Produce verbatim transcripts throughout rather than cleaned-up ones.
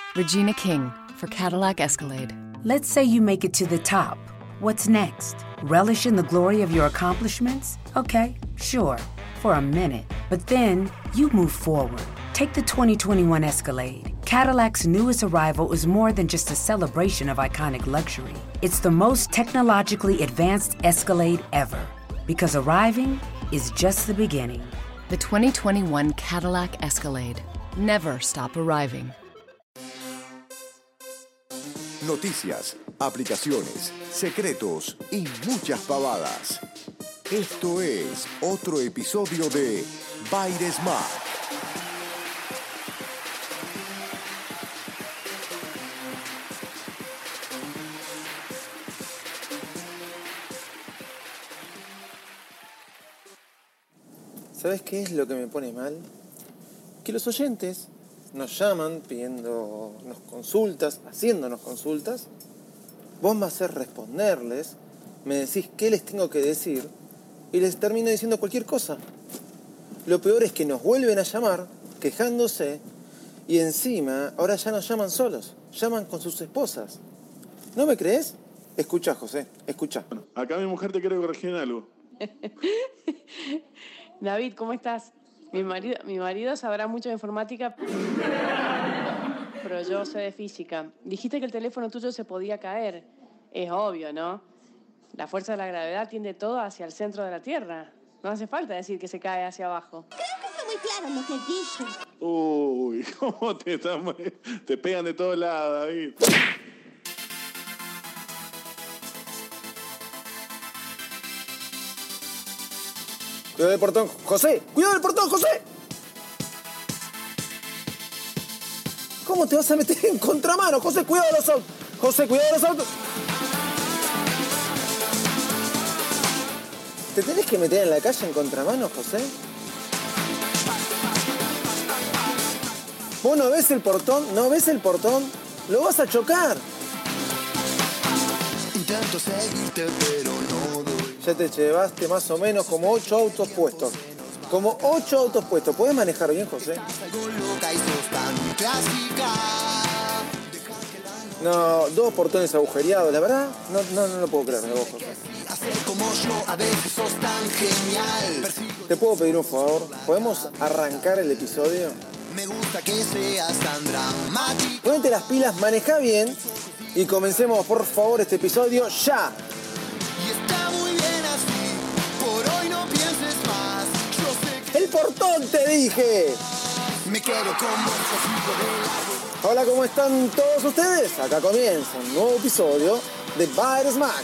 Regina King for Cadillac Escalade. Let's say you make it to the top. What's next? Relish in the glory of your accomplishments? Okay, sure, for a minute. But then you move forward. Take the twenty twenty-one Escalade. Cadillac's newest arrival is more than just a celebration of iconic luxury. It's the most technologically advanced Escalade ever. Because arriving is just the beginning. The twenty twenty-one Cadillac Escalade. Never stop arriving. Noticias, aplicaciones, secretos y muchas pavadas. Esto es otro episodio de Baires Mac. ¿Sabes qué es lo que me pone mal? Que los oyentes nos llaman pidiéndonos consultas, haciéndonos consultas. Vos me hacés responderles, me decís qué les tengo que decir y les termino diciendo cualquier cosa. Lo peor es que nos vuelven a llamar quejándose y encima ahora ya nos llaman solos, llaman con sus esposas. ¿No me crees? Escuchá, José, escuchá. Bueno, acá mi mujer te quiere corregir en algo. David, ¿cómo estás? Mi marido, mi marido sabrá mucho de informática, pero yo sé de física. Dijiste que el teléfono tuyo se podía caer. Es obvio, ¿no? La fuerza de la gravedad tiende todo hacia el centro de la Tierra. No hace falta decir que se cae hacia abajo. Creo que fue muy claro lo que dije. Uy, ¿cómo te, están, te pegan de todos lados, David? Cuidado del portón, José. Cuidado del portón, José. ¿Cómo te vas a meter en contramano? José, cuidado de los autos. José, cuidado de los autos. ¿Te tenés que meter en la calle en contramano, José? ¿Vos no ves el portón? ¿No ves el portón? Lo vas a chocar. Intento seguirte, pero no doy. Ya te llevaste más o menos como ocho autos puestos. Como ocho autos puestos. ¿Podés manejar bien, José? No, dos portones agujereados, la verdad, no, no, no lo puedo creer de vos, José. ¿Te puedo pedir un favor? ¿Podemos arrancar el episodio? Me gusta que seas tan dramático. Ponete las pilas, manejá bien y comencemos, por favor, este episodio ya. Y está muy bien así, por hoy no pienses más. Yo sé que ¡El portón, te dije! me quedo con vos, hijo de la... Hola, ¿cómo están todos ustedes? Acá comienza un nuevo episodio de Baires Mac.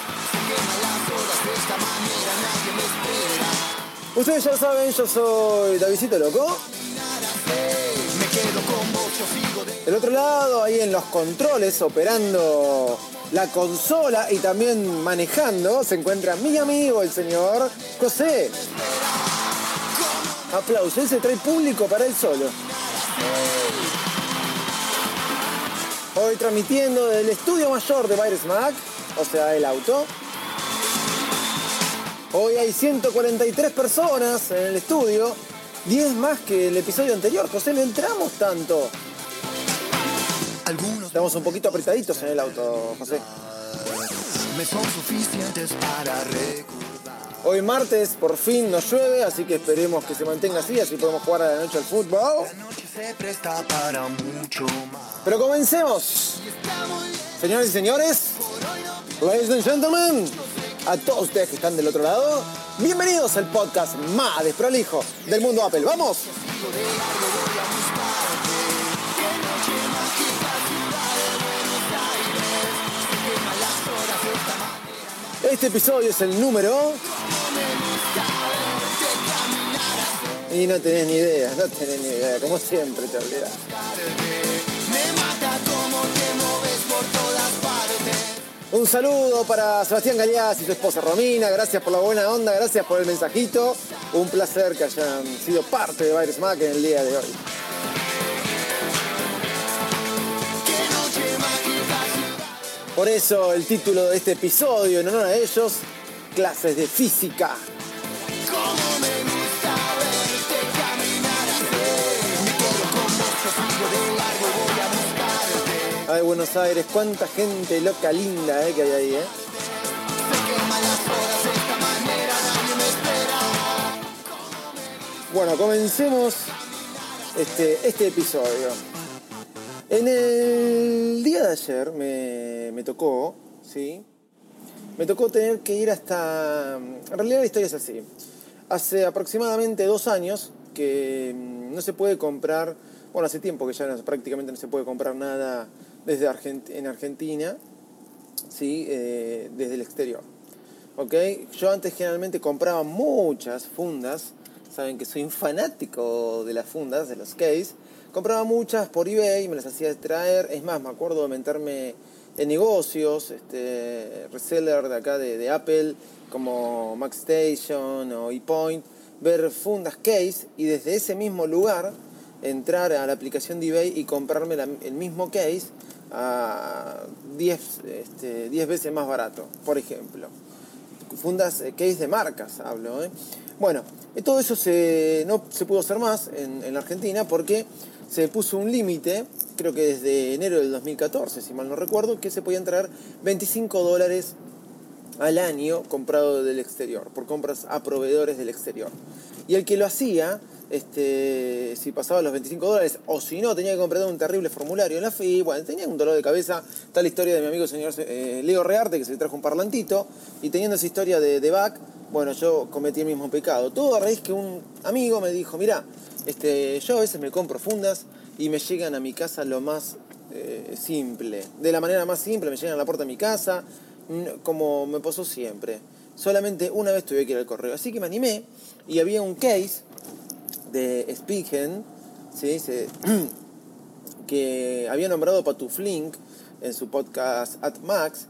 Ustedes ya saben, yo soy Davidcito Loco. Me quedo con vos, yo sigo de... Del otro lado, ahí en los controles, operando la consola y también manejando, se encuentra mi amigo, el señor José. Aplausos, él se trae público para él solo. Hoy transmitiendo del estudio mayor de Baires Mac, o sea, el auto. Hoy hay ciento cuarenta y tres personas en el estudio, diez más que el episodio anterior. José, no entramos tanto. Algunos Estamos un poquito apretaditos en el auto, José. me son suficientes para recordar. Hoy martes por fin no llueve, así que esperemos que se mantenga así, así podemos jugar a la noche al fútbol. La noche se presta para mucho más. Pero comencemos. Señoras y señores, ladies and gentlemen, a todos ustedes que están del otro lado, bienvenidos al podcast más desprolijo del mundo Apple. ¡Vamos! Este episodio es el número... Y no tenés ni idea, no tenés ni idea, como siempre te olvidás. Me mata como te moves por todas partes. Un saludo para Sebastián Galeaz y su esposa Romina, gracias por la buena onda, gracias por el mensajito. Un placer que hayan sido parte de Baires Mac en el día de hoy. Por eso el título de este episodio en honor a ellos, clases de física. Como me gusta verte caminar así. Me quedo con vos, yo sigo de largo, voy a buscar. Ay, Buenos Aires, cuánta gente loca linda eh, que hay ahí, ¿eh? Bueno, comencemos este, este episodio. En el día de ayer me, me tocó, ¿sí? Me tocó tener que ir hasta... En realidad la historia es así. Hace aproximadamente dos años que no se puede comprar... Bueno, hace tiempo que ya no, prácticamente no se puede comprar nada desde Argent- en Argentina, ¿sí? Eh, desde el exterior. ¿Ok? Yo antes generalmente compraba muchas fundas. Saben que soy un fanático de las fundas, de los case. Compraba muchas por eBay, me las hacía traer. Es más, me acuerdo de meterme en negocios, este, reseller de acá de, de Apple, como MacStation o ePoint, ver fundas case y desde ese mismo lugar entrar a la aplicación de eBay y comprarme la, el mismo case a diez, este, diez veces más barato, por ejemplo. Fundas eh, case de marcas, hablo, ¿eh? Bueno, todo eso se, no se pudo hacer más en, en la Argentina porque se puso un límite, creo que desde enero del dos mil catorce, si mal no recuerdo, que se podían traer veinticinco dólares al año comprado del exterior, por compras a proveedores del exterior. Y el que lo hacía, este, si pasaba los veinticinco dólares, o si no, tenía que comprar un terrible formulario en la F I P, bueno, tenía un dolor de cabeza. Está la historia de mi amigo señor eh, Leo Rearte, que se le trajo un parlantito, y teniendo esa historia de, de back, bueno, yo cometí el mismo pecado. Todo a raíz que un amigo me dijo, mirá, este, yo a veces me compro fundas y me llegan a mi casa lo más eh, simple. De la manera más simple, me llegan a la puerta de mi casa, como me pasó siempre. Solamente una vez tuve que ir al correo. Así que me animé y había un case de Spigen, ¿sí? Se, que había nombrado Patuflink en su podcast At Max.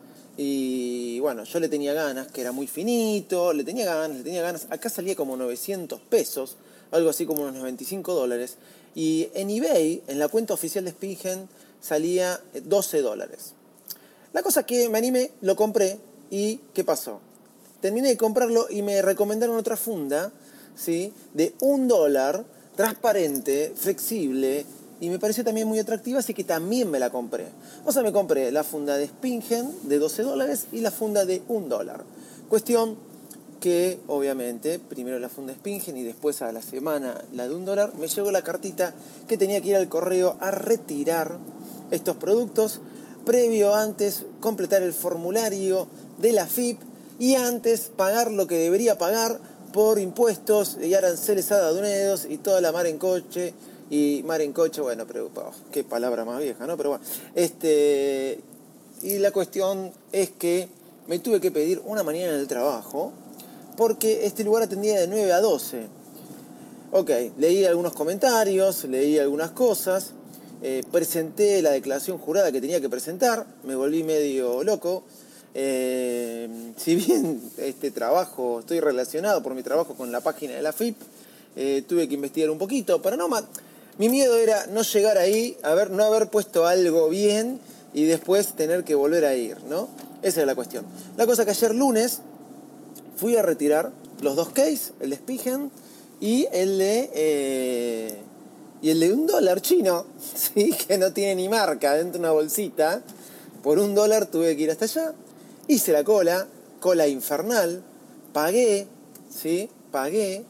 Y bueno, yo le tenía ganas, que era muy finito, le tenía ganas, le tenía ganas. Acá salía como novecientos pesos, algo así como unos veinticinco dólares. Y en eBay, en la cuenta oficial de Spigen, salía doce dólares. La cosa que me animé, lo compré y ¿qué pasó? Terminé de comprarlo y me recomendaron otra funda, ¿sí? De un dólar, transparente, flexible, y me pareció también muy atractiva, así que también me la compré. O sea, me compré la funda de Spigen de doce dólares y la funda de un dólar. Cuestión que, obviamente, primero la funda de Spigen y después a la semana la de un dólar, me llegó la cartita que tenía que ir al correo a retirar estos productos, previo antes completar el formulario de la F I P y antes pagar lo que debería pagar por impuestos y aranceles aduaneros y toda la mar en coche. Y mar en coche, bueno, pero oh, qué palabra más vieja, ¿no? Pero bueno, este... Y la cuestión es que me tuve que pedir una mañana en el trabajo porque este lugar atendía de nueve a doce. Ok, leí algunos comentarios, leí algunas cosas, eh, presenté la declaración jurada que tenía que presentar, me volví medio loco. Eh, si bien este trabajo, estoy relacionado por mi trabajo con la página de la F I P, eh, tuve que investigar un poquito para no... Ma- Mi miedo era no llegar ahí, haber, no haber puesto algo bien y después tener que volver a ir, ¿no? Esa es la cuestión. La cosa que ayer lunes fui a retirar los dos case, el de Spigen y el de eh, y el de un dólar chino, ¿sí? Que no tiene ni marca, dentro de una bolsita. Por un dólar tuve que ir hasta allá, hice la cola, cola infernal, pagué, ¿sí? Pagué.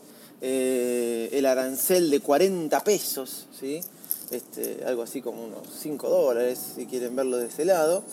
Eh, el arancel de cuarenta pesos, ¿sí? Este, algo así como unos cinco dólares, si quieren verlo de ese lado.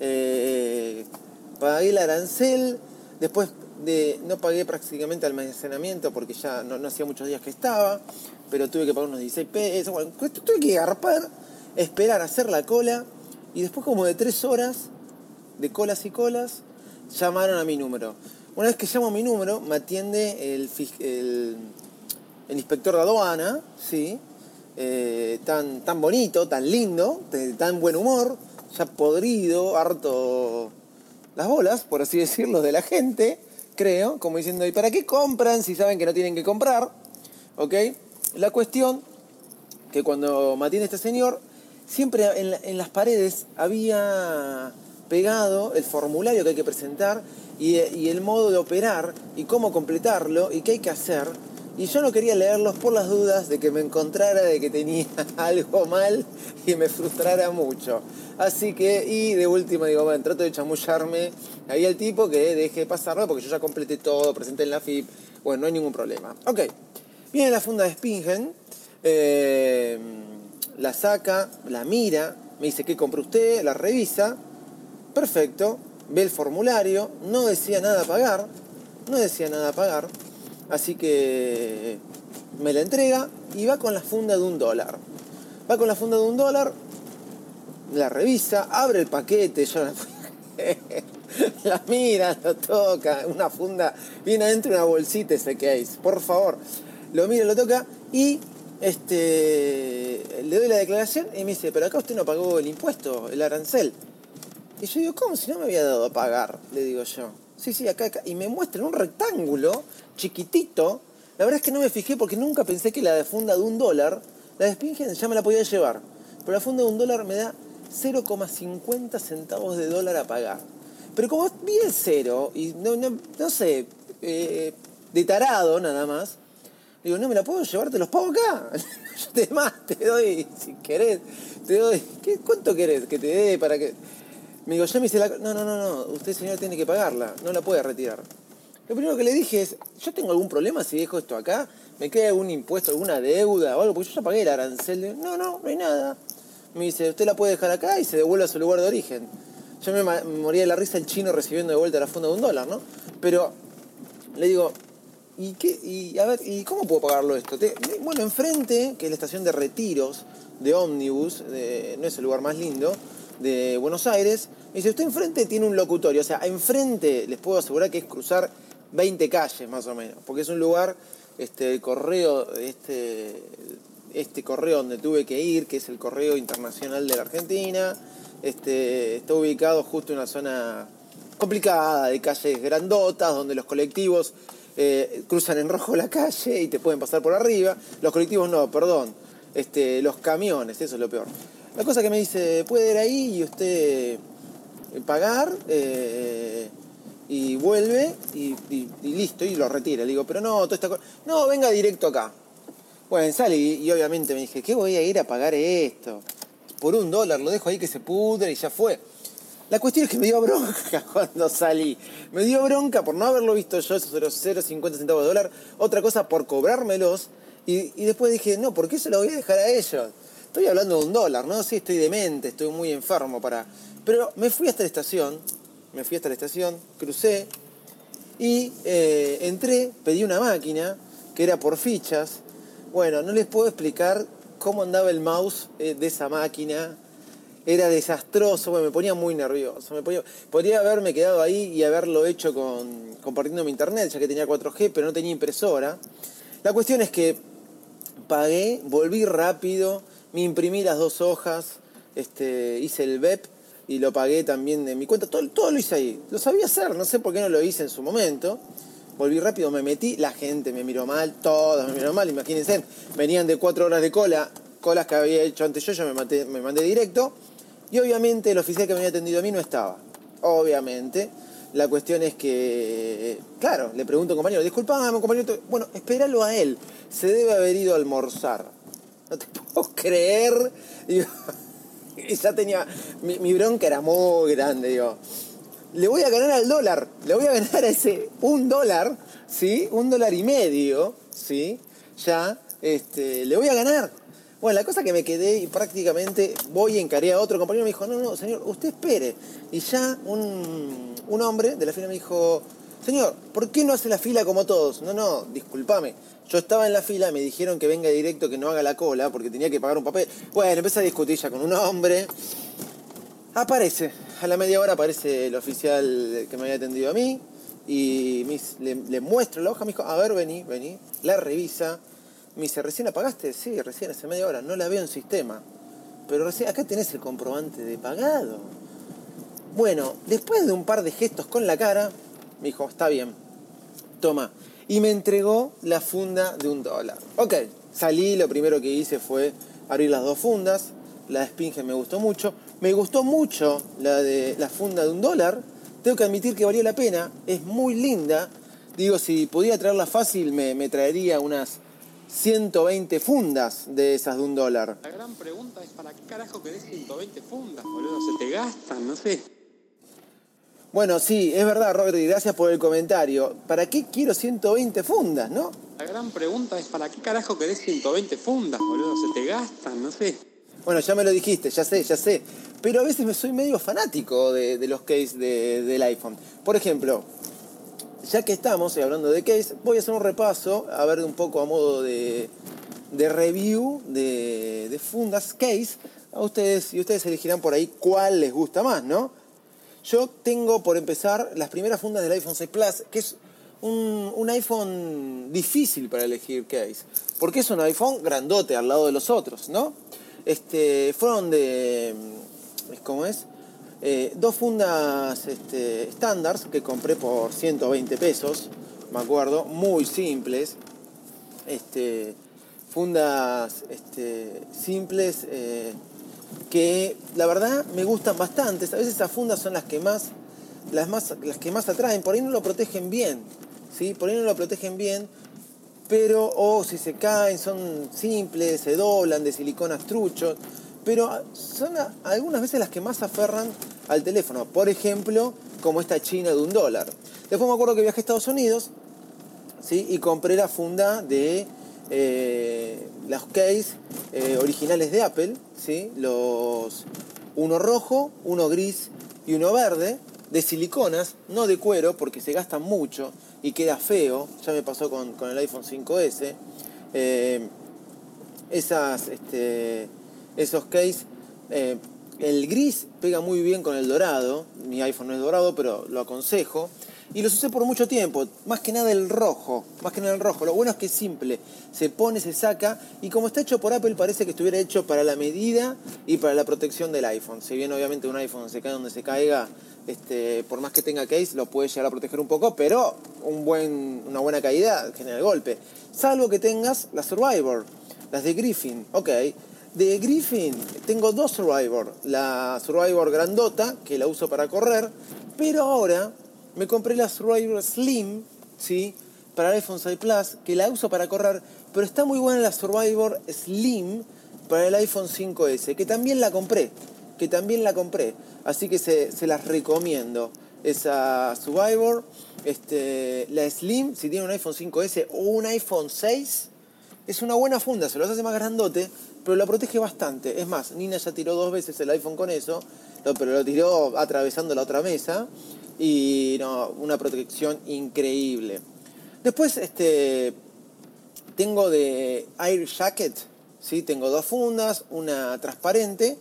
Eh, pagué el arancel, después de, no pagué prácticamente almacenamiento porque ya no, no hacía muchos días que estaba, pero tuve que pagar unos dieciséis pesos. Bueno, tuve que garpar, esperar a hacer la cola y después como de tres horas de colas y colas llamaron a mi número. Una vez que llamo a mi número, me atiende el, el, el inspector de aduana, ¿sí? Eh, tan, tan bonito, tan lindo, de tan buen humor, ya podrido, harto las bolas, por así decirlo, de la gente, creo, como diciendo, ¿y para qué compran si saben que no tienen que comprar? ¿Ok? La cuestión que cuando me atiende este señor, siempre en, la, en las paredes había pegado el formulario que hay que presentar y, y el modo de operar y cómo completarlo y qué hay que hacer Y yo no quería leerlos por las dudas de que me encontrara de que tenía algo mal y me frustrara mucho. Así que, y de última digo, bueno, trato de chamullarme ahí al tipo que deje pasarlo porque yo ya completé todo, presenté en la F I P, bueno, no hay ningún problema. Ok, viene la funda de Spingen, eh, la saca, la mira, me dice, ¿qué compró usted? La revisa, perfecto, ve el formulario, no decía nada a pagar, no decía nada a pagar. Así que me la entrega y va con la funda de un dólar. Va con la funda de un dólar, la revisa, abre el paquete, yo la, la mira, lo toca, una funda, viene adentro una bolsita ese case, por favor. Lo mira, lo toca y este, le doy la declaración y me dice, pero acá usted no pagó el impuesto, el arancel. Y yo digo, ¿cómo si no me había dado a pagar? Le digo yo. Sí, sí, acá, acá. Y me muestran un rectángulo chiquitito. La verdad es que no me fijé porque nunca pensé que la de funda de un dólar, la de Spingen ya me la podía llevar. Pero la funda de un dólar me da cero coma cincuenta centavos de dólar a pagar. Pero como vi el cero y no, no, no sé, eh, de tarado nada más, digo, no me la puedo llevar, te los pago acá. Yo te más, te doy, si querés, te doy. ¿Qué, ¿Cuánto querés que te dé para que...? Me digo, ya me hice la... No, no, no, no, usted, señor, tiene que pagarla, no la puede retirar. Lo primero que le dije es, ¿yo tengo algún problema si dejo esto acá? ¿Me queda algún impuesto, alguna deuda o algo? Porque yo ya pagué el arancel. No, no, no hay nada. Me dice, usted la puede dejar acá y se devuelve a su lugar de origen. Yo me, me moría de la risa el chino recibiendo de vuelta la funda de un dólar, ¿no? Pero le digo, ¿y qué? Y a ver, ¿y cómo puedo pagarlo esto? Te, bueno, enfrente, que es la estación de retiros de ómnibus, de, no es el lugar más lindo, de Buenos Aires, me dice, usted enfrente tiene un locutorio, o sea, enfrente les puedo asegurar que es cruzar veinte calles más o menos, porque es un lugar, este, el correo, este, este correo donde tuve que ir, que es el correo internacional de la Argentina, este, está ubicado justo en una zona complicada, de calles grandotas, donde los colectivos eh, cruzan en rojo la calle y te pueden pasar por arriba, los colectivos no, perdón, este, los camiones, eso es lo peor. La cosa que me dice, puede ir ahí y usted pagar eh, y vuelve y, y, y listo, y lo retira. Le digo, pero no, toda esta cosa... No, venga directo acá. Bueno, sale y, y obviamente me dije, ¿qué voy a ir a pagar esto? Por un dólar, lo dejo ahí que se pudre y ya fue. La cuestión es que me dio bronca cuando salí. Me dio bronca por no haberlo visto yo, esos cero coma cincuenta centavos de dólar. Otra cosa por cobrármelos. Y, y después dije, no, ¿por qué se lo voy a dejar a ellos? Estoy hablando de un dólar, ¿no? Sí, estoy demente, estoy muy enfermo para... Pero me fui hasta la estación, me fui hasta la estación, crucé y eh, entré, pedí una máquina que era por fichas. Bueno, no les puedo explicar cómo andaba el mouse eh, de esa máquina. Era desastroso, bueno, me ponía muy nervioso. Me ponía... Podría haberme quedado ahí y haberlo hecho con compartiendo mi internet, ya que tenía cuatro G, pero no tenía impresora. La cuestión es que pagué, volví rápido, me imprimí las dos hojas, este, hice el B E P y lo pagué también de mi cuenta. Todo, todo lo hice ahí. Lo sabía hacer, no sé por qué no lo hice en su momento. Volví rápido, me metí, la gente me miró mal, todos me miró mal, imagínense. Venían de cuatro horas de cola, colas que había hecho antes yo, yo me, maté, me mandé directo. Y obviamente el oficial que me había atendido a mí no estaba. Obviamente. La cuestión es que, claro, le pregunto a un compañero, disculpame, compañero, bueno, espéralo a él, se debe haber ido a almorzar. No te puedo creer. Digo, y ya tenía, mi, mi bronca era muy grande, digo, le voy a ganar al dólar, le voy a ganar a ese un dólar, ¿sí? Un dólar y medio, ¿sí? Ya, este, le voy a ganar. Bueno, la cosa que me quedé y prácticamente voy y encaré a otro compañero, me dijo, no, no, señor, usted espere. Y ya un, un hombre de la fila me dijo, señor, ¿por qué no hace la fila como todos? No, no, discúlpame. Yo estaba en la fila, me dijeron que venga directo, que no haga la cola, porque tenía que pagar un papel. Bueno, empecé a discutir ya con un hombre. Aparece, a la media hora aparece el oficial que me había atendido a mí y me, le, le muestro la hoja, me dijo, a ver, vení, vení, la revisa. Me dice, ¿recién la pagaste? Sí, recién, hace media hora, no la veo en sistema. Pero recién, acá tenés el comprobante de pagado. Bueno, después de un par de gestos con la cara, me dijo, está bien, toma. Y me entregó la funda de un dólar. Ok, salí, lo primero que hice fue abrir las dos fundas. La de Spingen me gustó mucho. Me gustó mucho la de la funda de un dólar. Tengo que admitir que valió la pena. Es muy linda. Digo, si pudiera traerla fácil, me, me traería unas ciento veinte fundas de esas de un dólar. La gran pregunta es, ¿para qué carajo querés ciento veinte fundas, boludo? ¿Se te gastan? No sé. Bueno, sí, es verdad, Robert, y gracias por el comentario. ¿Para qué quiero ciento veinte fundas, no? La gran pregunta es, ¿para qué carajo querés ciento veinte fundas, boludo? ¿Se te gastan? No sé. Bueno, ya me lo dijiste, ya sé, ya sé. Pero a veces me soy medio fanático de, de los case de, del iPhone. Por ejemplo, ya que estamos hablando de case, voy a hacer un repaso, a ver un poco a modo de, de review de, de fundas case a ustedes, y ustedes elegirán por ahí cuál les gusta más, ¿no? Yo tengo, por empezar, las primeras fundas del iPhone seis Plus, que es un, un iPhone difícil para elegir case, porque es un iPhone grandote al lado de los otros, ¿no? Este, fueron de, ¿cómo es? Eh, dos fundas este, estándares que compré por ciento veinte pesos, me acuerdo, muy simples, este, fundas este, simples eh, que la verdad me gustan bastante. A veces esas fundas son las que más, las más, las que más atraen, por ahí no lo protegen bien, ¿sí? Por ahí no lo protegen bien, pero, o oh, si se caen, son simples, se doblan, de siliconas truchos, pero son a, algunas veces las que más aferran al teléfono. Por ejemplo, como esta china de un dólar. Después me acuerdo que viajé a Estados Unidos, ¿sí? Y compré la funda de eh, los case eh, originales de Apple, ¿sí? Los, uno rojo, uno gris y uno verde, de siliconas, no de cuero, porque se gastan mucho y queda feo. Ya me pasó con, con el iPhone cinco ese. Eh, esas, este, esos case, eh, el gris pega muy bien con el dorado. Mi iPhone no es dorado, pero lo aconsejo. Y los usé por mucho tiempo, más que nada el rojo, más que nada el rojo. Lo bueno es que es simple, se pone, se saca, y como está hecho por Apple parece que estuviera hecho para la medida y para la protección del iPhone. Si bien obviamente un iPhone se cae donde se caiga, este, por más que tenga case, lo puede llegar a proteger un poco, pero un buen, una buena caída genera el golpe. Salvo que tengas la Survivor, las de Griffin, ok. De Griffin tengo dos Survivor, la Survivor grandota, que la uso para correr, pero ahora me compré la Survivor Slim, ¿sí? Para el iPhone seis Plus, que la uso para correr, pero está muy buena la Survivor Slim para el iPhone cinco ese, que también la compré, que también la compré, así que se, se las recomiendo. Esa Survivor, este, la Slim, si tiene un iPhone cinco ese o un iPhone seis, es una buena funda, se los hace más grandote, pero la protege bastante. Es más, Nina ya tiró dos veces el iPhone con eso, pero lo tiró atravesando la otra mesa. Y no, una protección increíble. Después este, tengo de Air Jacket, ¿sí? Tengo dos fundas, una transparente,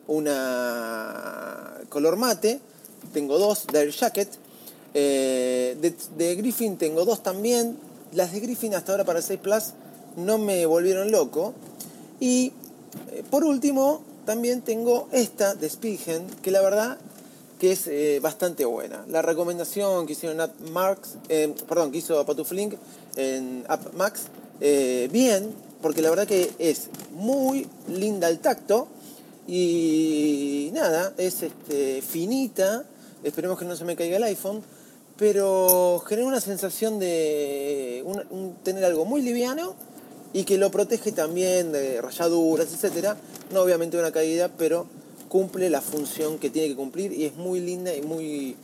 una color mate. Tengo dos de Air Jacket. Eh, de, de Griffin tengo dos también. Las de Griffin hasta ahora para el seis Plus no me volvieron loco. Y eh, por último también tengo esta de Spigen, que la verdad que es eh, bastante buena. La recomendación que hicieron App Max, eh, perdón, que hizo Patuflink en App Max, eh, bien, porque la verdad que es muy linda al tacto y nada, es este, finita, esperemos que no se me caiga el iPhone, pero genera una sensación de un, un, tener algo muy liviano y que lo protege también de rayaduras, etcétera. No obviamente una caída, pero cumple la función que tiene que cumplir y es muy linda y muy,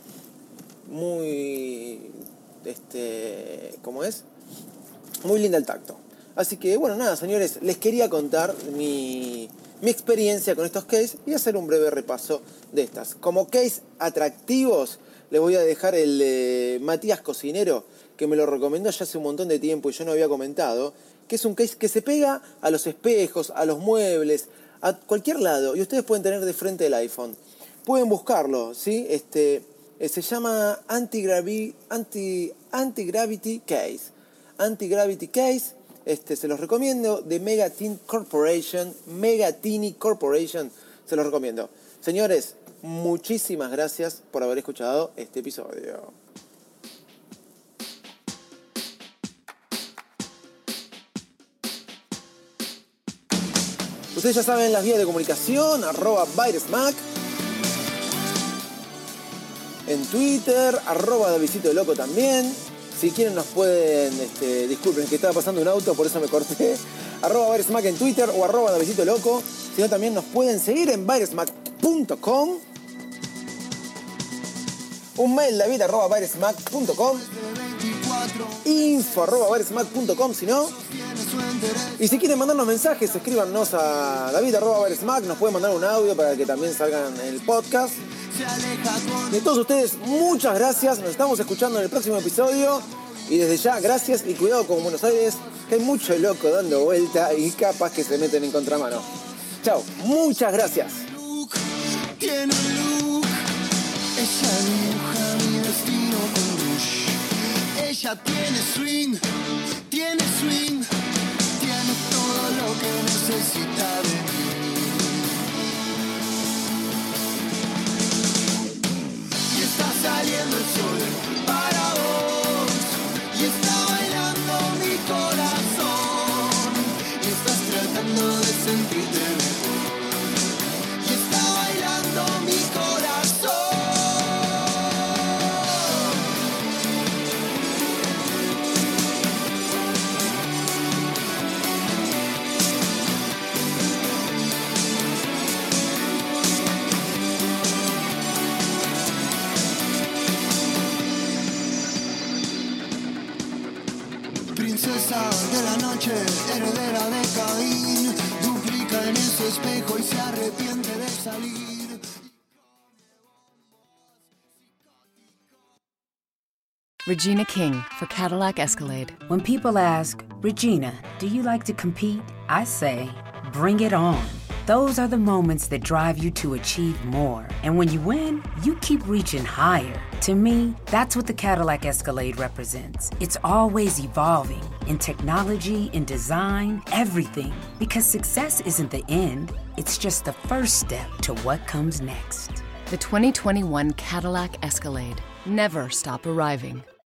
muy, este, ¿cómo es? Muy linda al tacto. Así que, bueno, nada, señores, les quería contar mi, mi experiencia con estos case y hacer un breve repaso de estas. Como case atractivos, les voy a dejar el de Matías Cocinero, que me lo recomendó ya hace un montón de tiempo y yo no había comentado, que es un case que se pega a los espejos, a los muebles, a cualquier lado, y ustedes pueden tener de frente el iPhone. Pueden buscarlo, ¿sí? Este, eh, se llama Anti-Gravity Anti, Anti-Gravity Case. Anti-Gravity Case, este, se los recomiendo, de Megatini Corporation. Megatini Corporation, se los recomiendo. Señores, muchísimas gracias por haber escuchado este episodio. Ustedes ya saben las vías de comunicación, arroba VairesMac. En Twitter, arroba Davidcito de Loco también. Si quieren nos pueden, este, disculpen que estaba pasando un auto, por eso me corté. Arroba Bairesmack en Twitter o arroba Davidito Loco. Si no, también nos pueden seguir en bairesmack punto com. Un mail, david arroba bairesmack punto com. Info arroba bairesmack punto com, si no. Y si quieren mandarnos mensajes, escríbanos a david arroba bairesmack. Nos pueden mandar un audio para que también salgan en el podcast. De todos ustedes, muchas gracias. Nos estamos escuchando en el próximo episodio. Y desde ya, gracias y cuidado con Buenos Aires, que hay mucho loco dando vuelta y capaz que se meten en contramano. Chao, muchas gracias. Tiene un look, ella dibuja mi destino con rush. Ella tiene swing, tiene swing, tiene todo lo que necesita de mí. Y está saliendo el sol para vos, y está bailando mi corazón, y estás tratando de sentirte mejor. Y está bailando mi corazón. Princesa de la noche, heredera de Caín, duplica en ese espejo y se arrepiente de salir. Regina King for Cadillac Escalade. When people ask, Regina, do you like to compete? I say, bring it on. Those are the moments that drive you to achieve more. And when you win, you keep reaching higher. To me, that's what the Cadillac Escalade represents. It's always evolving in technology, in design, everything. Because success isn't the end, it's just the first step to what comes next. The twenty twenty-one Cadillac Escalade. Never stop arriving.